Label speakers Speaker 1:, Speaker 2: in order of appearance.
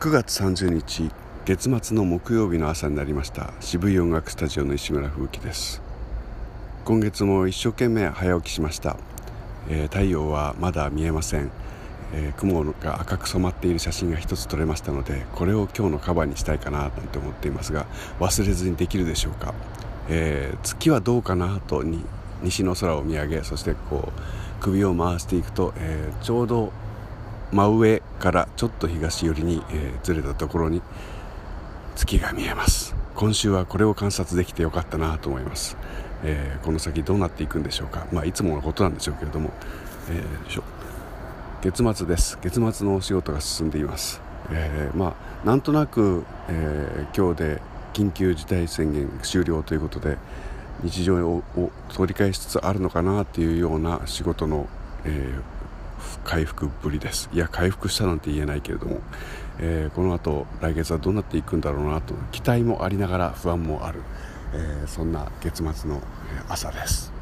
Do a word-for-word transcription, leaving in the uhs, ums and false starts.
Speaker 1: くがつさんじゅうにち月末の木曜日の朝になりました。渋い音楽スタジオの石村風紀です。今月も一生懸命早起きしました。えー、太陽はまだ見えません。えー、雲が赤く染まっている写真が一つ撮れましたので、これを今日のカバーにしたいかななんて思っていますが、忘れずにできるでしょうか。えー、月はどうかなとに西の空を見上げ、そしてこう首を回していくと、えー、ちょうど真上からちょっと東寄りに、えー、ずれたところに月が見えます。今週はこれを観察できてよかったなと思います。えー、この先どうなっていくんでしょうか。まあいつものことなんでしょうけれども、えー、しょ月末です。月末のお仕事が進んでいます。えー、まあなんとなく、えー、今日で緊急事態宣言終了ということで、日常を取り返しつつあるのかなっていうような仕事の、えー回復ぶりです。いや回復したなんて言えないけれども、えー、この後来月はどうなっていくんだろうなと期待もありながら不安もある、えー、そんな月末の朝です。